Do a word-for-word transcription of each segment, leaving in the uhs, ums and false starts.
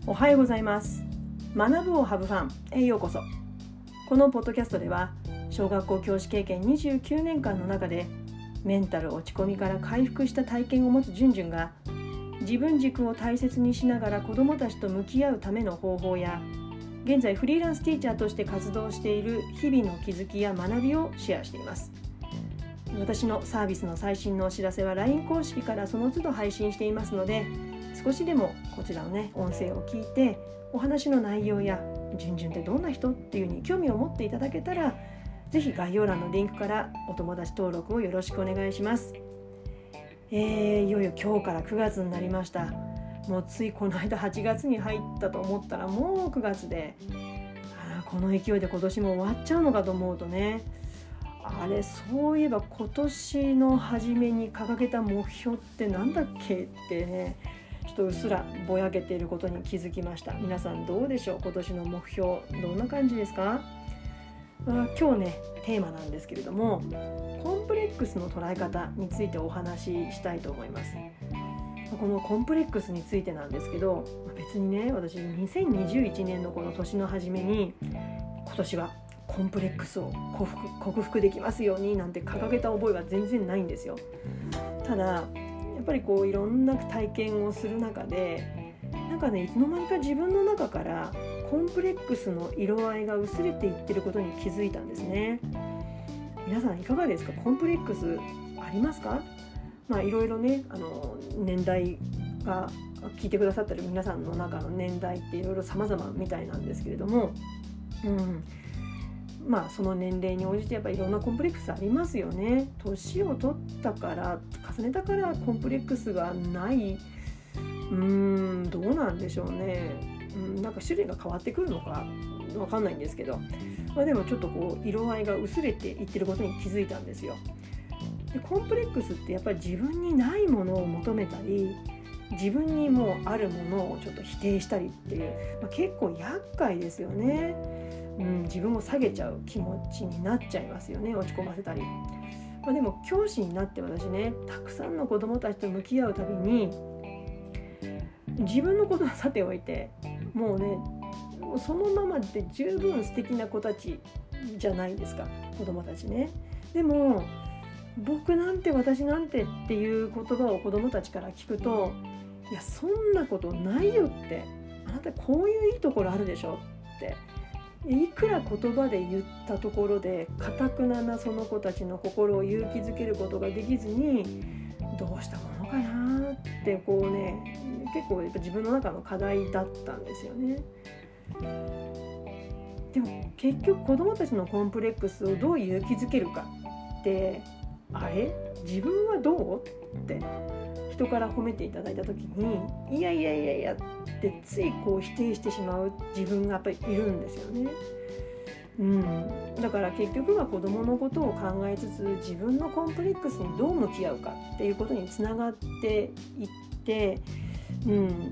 おはようございます。学ぶをハブファンへようこそ。このポッドキャストでは小学校教師経験にじゅうきゅうねんかんの中でメンタル落ち込みから回復した体験を持つじゅんじゅんが自分軸を大切にしながら子どもたちと向き合うための方法や現在フリーランスティーチャーとして活動している日々の気づきや学びをシェアしています。私のサービスの最新のお知らせは ライン 公式からその都度配信していますので、少しでもこちらのね音声を聞いてお話の内容やじゅんじゅんってどんな人っていうに興味を持っていただけたら、ぜひ概要欄のリンクからお友達登録をよろしくお願いします。えー、いよいよ今日からくがつになりました。もうついこの間はちがつに入ったと思ったらもうくがつで、あこの勢いで今年も終わっちゃうのかと思うとね、あれそういえば今年の初めに掲げた目標ってなんだっけってね、ちょっとうっすらぼやけていることに気づきました。皆さんどうでしょう？今年の目標どんな感じですか？まあ、今日ねテーマなんですけれども、コンプレックスの捉え方についてお話ししたいと思います。このコンプレックスについてなんですけど、別にね私にせんにじゅういちねんのこの年の初めに今年はコンプレックスを克服、克服できますようになんて掲げた覚えは全然ないんですよ。ただやっぱりこういろんな体験をする中でなんかね、いつの間にか自分の中からコンプレックスの色合いが薄れていってることに気づいたんですね。皆さんいかがですか？コンプレックスありますか？まあいろいろね、あの年代が聞いてくださってる皆さんの中の年代っていろいろ様々みたいなんですけれども、うん、まあその年齢に応じてやっぱりいろんなコンプレックスありますよね。年を取ったから重ねたからコンプレックスがない、うーんどうなんでしょうね。うん、なんか種類が変わってくるのかわかんないんですけど、まあ、でもちょっとこう色合いが薄れていってることに気づいたんですよ。でコンプレックスってやっぱり自分にないものを求めたり、自分にもうあるものをちょっと否定したりっていう、まあ、結構厄介ですよね。うん、自分を下げちゃう気持ちになっちゃいますよね。落ち込ませたり、まあ、でも教師になって私ね、たくさんの子どもたちと向き合うたびに自分のことはさておいて、もうねそのままで十分素敵な子たちじゃないですか、子どもたちね。でも僕なんて私なんてっていう言葉を子どもたちから聞くと、いやそんなことないよって、あなたこういういいところあるでしょって、いくら言葉で言ったところで堅くななその子たちの心を勇気づけることができずに、どうしたものかなってこうね、結構やっぱ自分の中の課題だったんですよね。でも結局子どもたちのコンプレックスをどう勇気づけるかって、あれ自分はどうって人から褒めていただいた時に、いやいやいやいやってついこう否定してしまう自分がやっぱりいるんですよね。うん、だから結局は子どものことを考えつつ自分のコンプレックスにどう向き合うかっていうことにつながっていって、うん、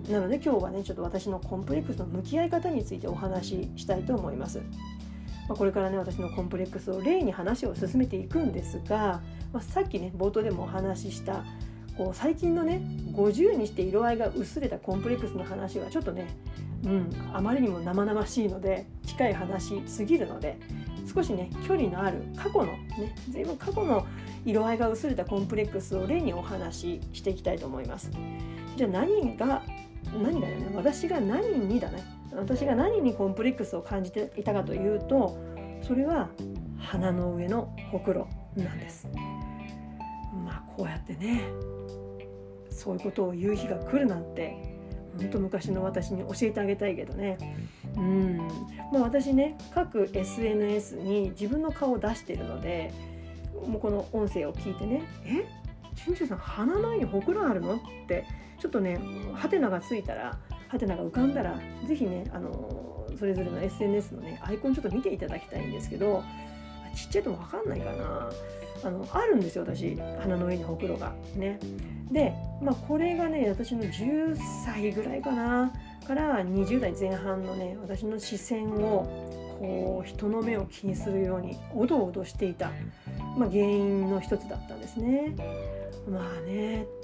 なので今日はねちょっと私のコンプレックスの向き合い方についてお話ししたいと思います。まあ、これからね私のコンプレックスを例に話を進めていくんですが、まあ、さっきね冒頭でもお話ししたこう最近のねごじゅうにして色合いが薄れたコンプレックスの話はちょっとね、うん、あまりにも生々しいので近い話すぎるので、少しね距離のある過去のね随分過去の色合いが薄れたコンプレックスを例にお話ししていきたいと思います。じゃあ何が何だよね私が何にだね私が何にコンプレックスを感じていたかというと、それは鼻の上のほくろなんです。まあこうやってねそういうことを言う日が来るなんて本当昔の私に教えてあげたいけどね。うん、まあ、私ね各 エスエヌエス に自分の顔を出しているので、もうこの音声を聞いてね、えじゅんじゅんさん鼻の上にほくろあるのってちょっとねハテナがついたらハテナが浮かんだら、ぜひねあのそれぞれの エスエヌエス のねアイコンちょっと見ていただきたいんですけど、ちっちゃいと分かんないかな、あのあるんですよ私鼻の上にほくろがね。で、まあ、これがね私のじゅっさいぐらいかなからにじゅう代前半のね私の視線をこう人の目を気にするようにおどおどしていた、まあ、原因の一つだったんですね。まあね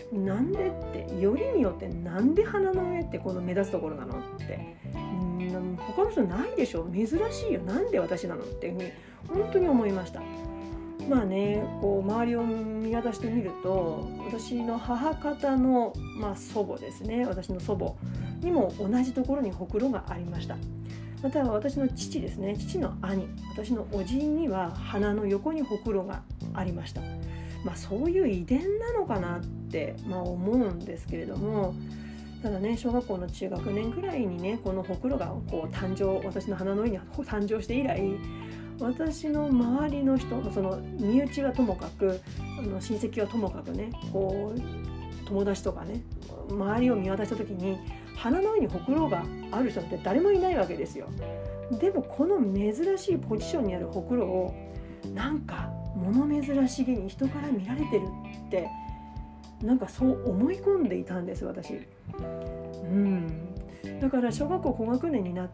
なんでってよりによってなんで鼻の上ってこの目立つところなのってん他の人ないでしょ、珍しいよ、なんで私なのっていうふうに本当に思いました。まあね、こう周りを見渡してみると私の母方の、まあ、祖母ですね、私の祖母にも同じところにほくろがありました。または私の父ですね、父の兄、私のおじには鼻の横にほくろがありました。まあそういう遺伝なのかなって、まあ、思うんですけれども、ただね、小学校の中学年くらいにねこのほくろがこう誕生、私の鼻の上に誕生して以来、私の周りの人、その身内はともかくあの親戚はともかくね、こう友達とかね周りを見渡した時に鼻の上にほくろがある人って誰もいないわけですよ。でもこの珍しいポジションにあるほくろをなんか物珍しげに人から見られてるってなんかそう思い込んでいたんです私。うんだから小学校高学年になって、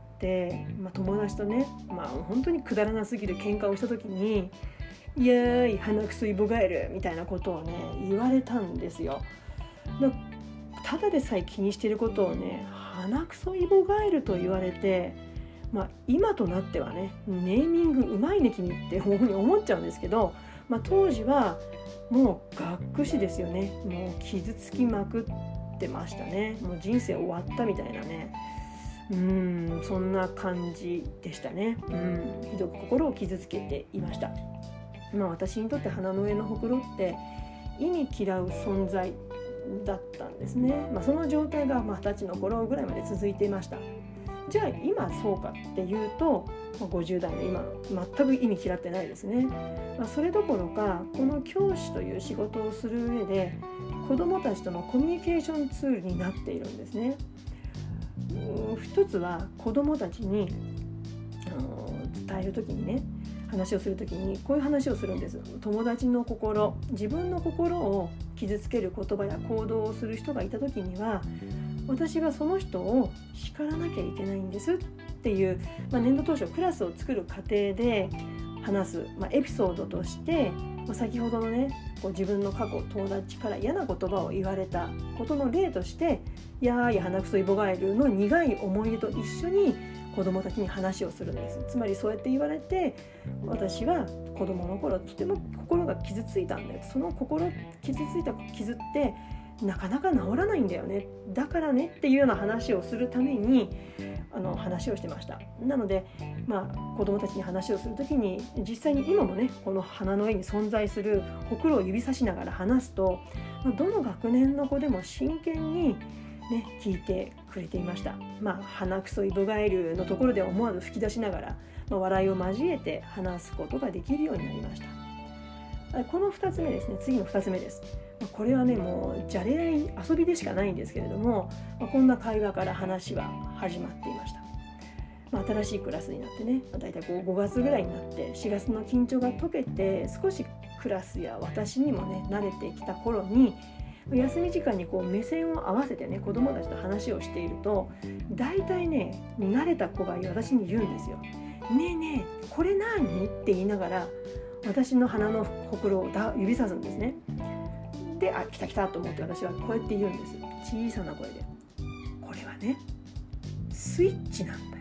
まあ、友達とね、まあ、本当にくだらなすぎる喧嘩をした時にイエーイ鼻くそイボガエルみたいなことをね言われたんですよ。だただでさえ気にしていることをね鼻くそイボガエルと言われて、まあ、今となってはねネーミングうまいね君って思っちゃうんですけど、まあ、当時はもうがっくしですよね。もう傷つきまくってましたね。もう人生終わったみたいなね、うんそんな感じでしたね。うんひどく心を傷つけていました。まあ、私にとって鼻の上のほくろって意に嫌う存在だったんですね。まあ、その状態がまあ二十歳の頃ぐらいまで続いていました。じゃあ今そうかっていうと、まあ、ごじゅう代の今の全く意味嫌ってないですね。まあ、それどころかこの教師という仕事をする上で子どもたちとのコミュニケーションツールになっているんですね。うん一つは子どもたちにあの伝えるときにね話をするときにこういう話をするんです。友達の心、自分の心を傷つける言葉や行動をする人がいたときには私がその人を叱らなきゃいけないんですっていう、まあ、年度当初クラスを作る過程で話す、まあ、エピソードとして、まあ、先ほどのねこう自分の過去友達から嫌な言葉を言われたことの例としてやーや鼻くそイボガエルの苦い思い出と一緒に子どもたちに話をするんです。つまりそうやって言われて私は子どもの頃とても心が傷ついたんだよ。その心傷ついた傷ってなかなか治らないんだよね。だからねっていうような話をするためにあの話をしてました。なので、まあ、子どもたちに話をするときに実際に今もねこの鼻の上に存在するほくろを指さしながら話すと、まあ、どの学年の子でも真剣にね、聞いてくれていました。まあ、鼻くそイボガエルのところで思わず吹き出しながら、まあ、笑いを交えて話すことができるようになりました。このふたつめですね。次のふたつめです。これはねもうじゃれ合い遊びでしかないんですけれども、まあ、こんな会話から話は始まっていました。まあ、新しいクラスになってね、だいたいごがつぐらいになってしがつの緊張が解けて少しクラスや私にもね慣れてきた頃に休み時間にこう目線を合わせてね子どもたちと話をしていると大体ね慣れた子が私に言うんですよ。ねえねえこれ何って言いながら私の鼻のほくろを指さすんですね。であ来た来たと思って私はこうやって言うんです。小さな声でこれはねスイッチなんだよ。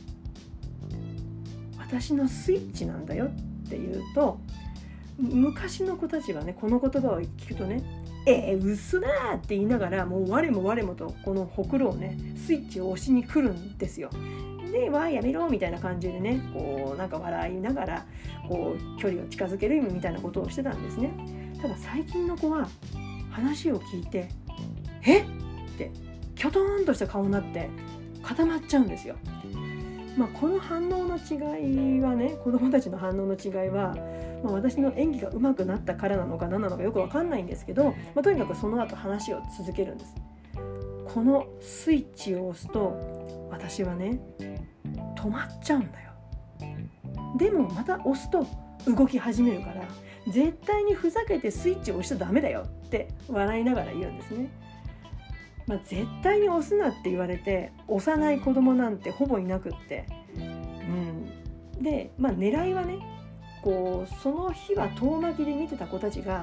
私のスイッチなんだよって言うと昔の子たちはねこの言葉を聞くとねえー、嘘だって言いながらもう我も我もとこのほくろをねスイッチを押しに来るんですよ。でわーやめろみたいな感じでねこうなんか笑いながらこう距離を近づけるみたいなことをしてたんですね。ただ最近の子は話を聞いてえってキョトーンとした顔になって固まっちゃうんですよ。まあ、この反応の違いはね子どもたちの反応の違いは、まあ、私の演技が上手くなったからなのか何なのかよく分かんないんですけど、まあ、とにかくその後話を続けるんです。このスイッチを押すと私はね止まっちゃうんだよ。でもまた押すと動き始めるから絶対にふざけてスイッチを押しちゃダメだよって笑いながら言うんですね。まあ、絶対に押すなって言われて押さない子供なんてほぼいなくって、うん、で、まあ、狙いはねこうその日は遠巻きで見てた子たちが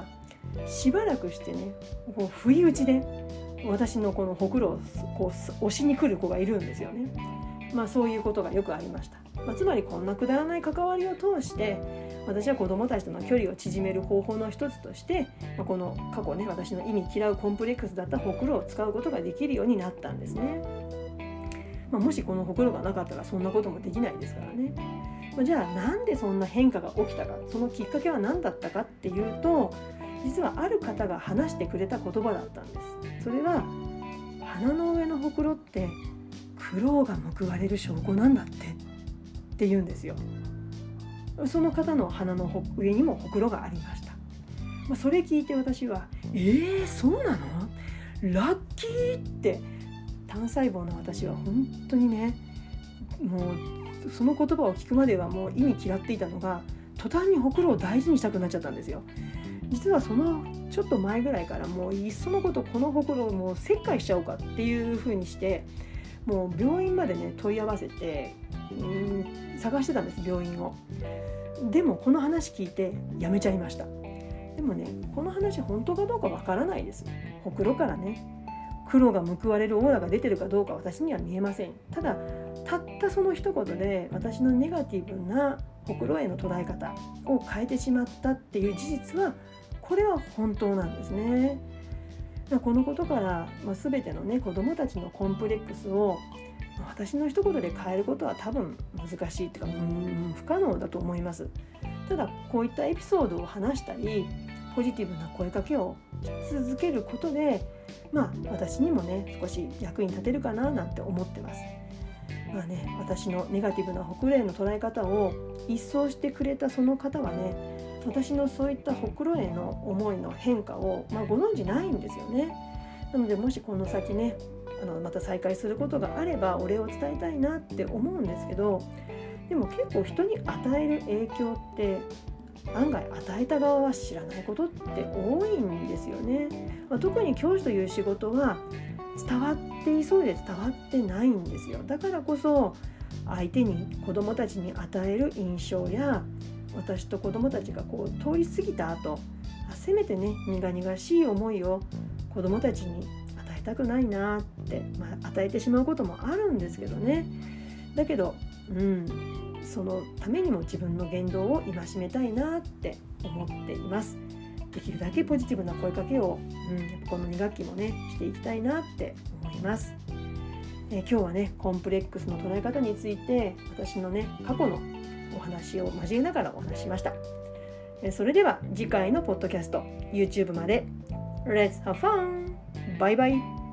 しばらくしてね、こう不意打ちで私のこのほくろをこう押しに来る子がいるんですよね。まあそういうことがよくありました。まあ、つまりこんなくだらない関わりを通して私は子どもたちとの距離を縮める方法の一つとして、まあ、この過去ね、私の意味嫌うコンプレックスだったほくろを使うことができるようになったんですね。まあ、もしこのほくろがなかったらそんなこともできないですからね。まあ、じゃあなんでそんな変化が起きたか、そのきっかけは何だったかっていうと、実はある方が話してくれた言葉だったんです。それは鼻の上のほくろって苦労が報われる証拠なんだってって言うんですよ。その方の鼻の上にもほくろがありました。まあ、それ聞いて私はえー、そうなの？ラッキーって、単細胞の私は本当にね、もうその言葉を聞くまではもう意味嫌っていたのが、途端にほくろを大事にしたくなっちゃったんですよ。実はそのちょっと前ぐらいからもういっそのことこのほくろをもう切開しちゃおうかっていう風にして、もう病院までね問い合わせてうーん探してたんです、病院を。でもこの話聞いてやめちゃいました。でもね、この話本当かどうかわからないです。ほくろからね黒が報われるオーラが出てるかどうか私には見えません。ただたったその一言で私のネガティブなほくろへの捉え方を変えてしまったっていう事実は、これは本当なんですね。このことから、まあ、全てのね子どもたちのコンプレックスを私の一言で変えることは多分難しいっていうか、うーん不可能だと思います。ただこういったエピソードを話したり、ポジティブな声かけをし続けることで、まあ私にもね少し役に立てるかななんて思ってます。まあね、私のネガティブなほくろへの捉え方を一掃してくれたその方はね、私のそういったほくろへの思いの変化を、まあ、ご存じないんですよね。なのでもしこの先ねあのまた再会することがあればお礼を伝えたいなって思うんですけど、でも結構人に与える影響って案外与えた側は知らないことって多いんですよね。まあ、特に教師という仕事は伝わっていそうで伝わってないんですよ。だからこそ相手に子どもたちに与える印象や、私と子どもたちがこう通り過ぎた後、せめてね苦々しい思いを子どもたちに与えたくないなって、まあ、与えてしまうこともあるんですけどね。だけど、うん、そのためにも自分の言動を戒めたいなって思っています。できるだけポジティブな声かけを、うん、やっぱこのに学期もねしていきたいなって思います。えー、今日はねコンプレックスの捉え方について私のね過去のお話を交えながらお話ししました。えー、それでは次回のポッドキャスト YouTube まで Let's have fun! バイバイ。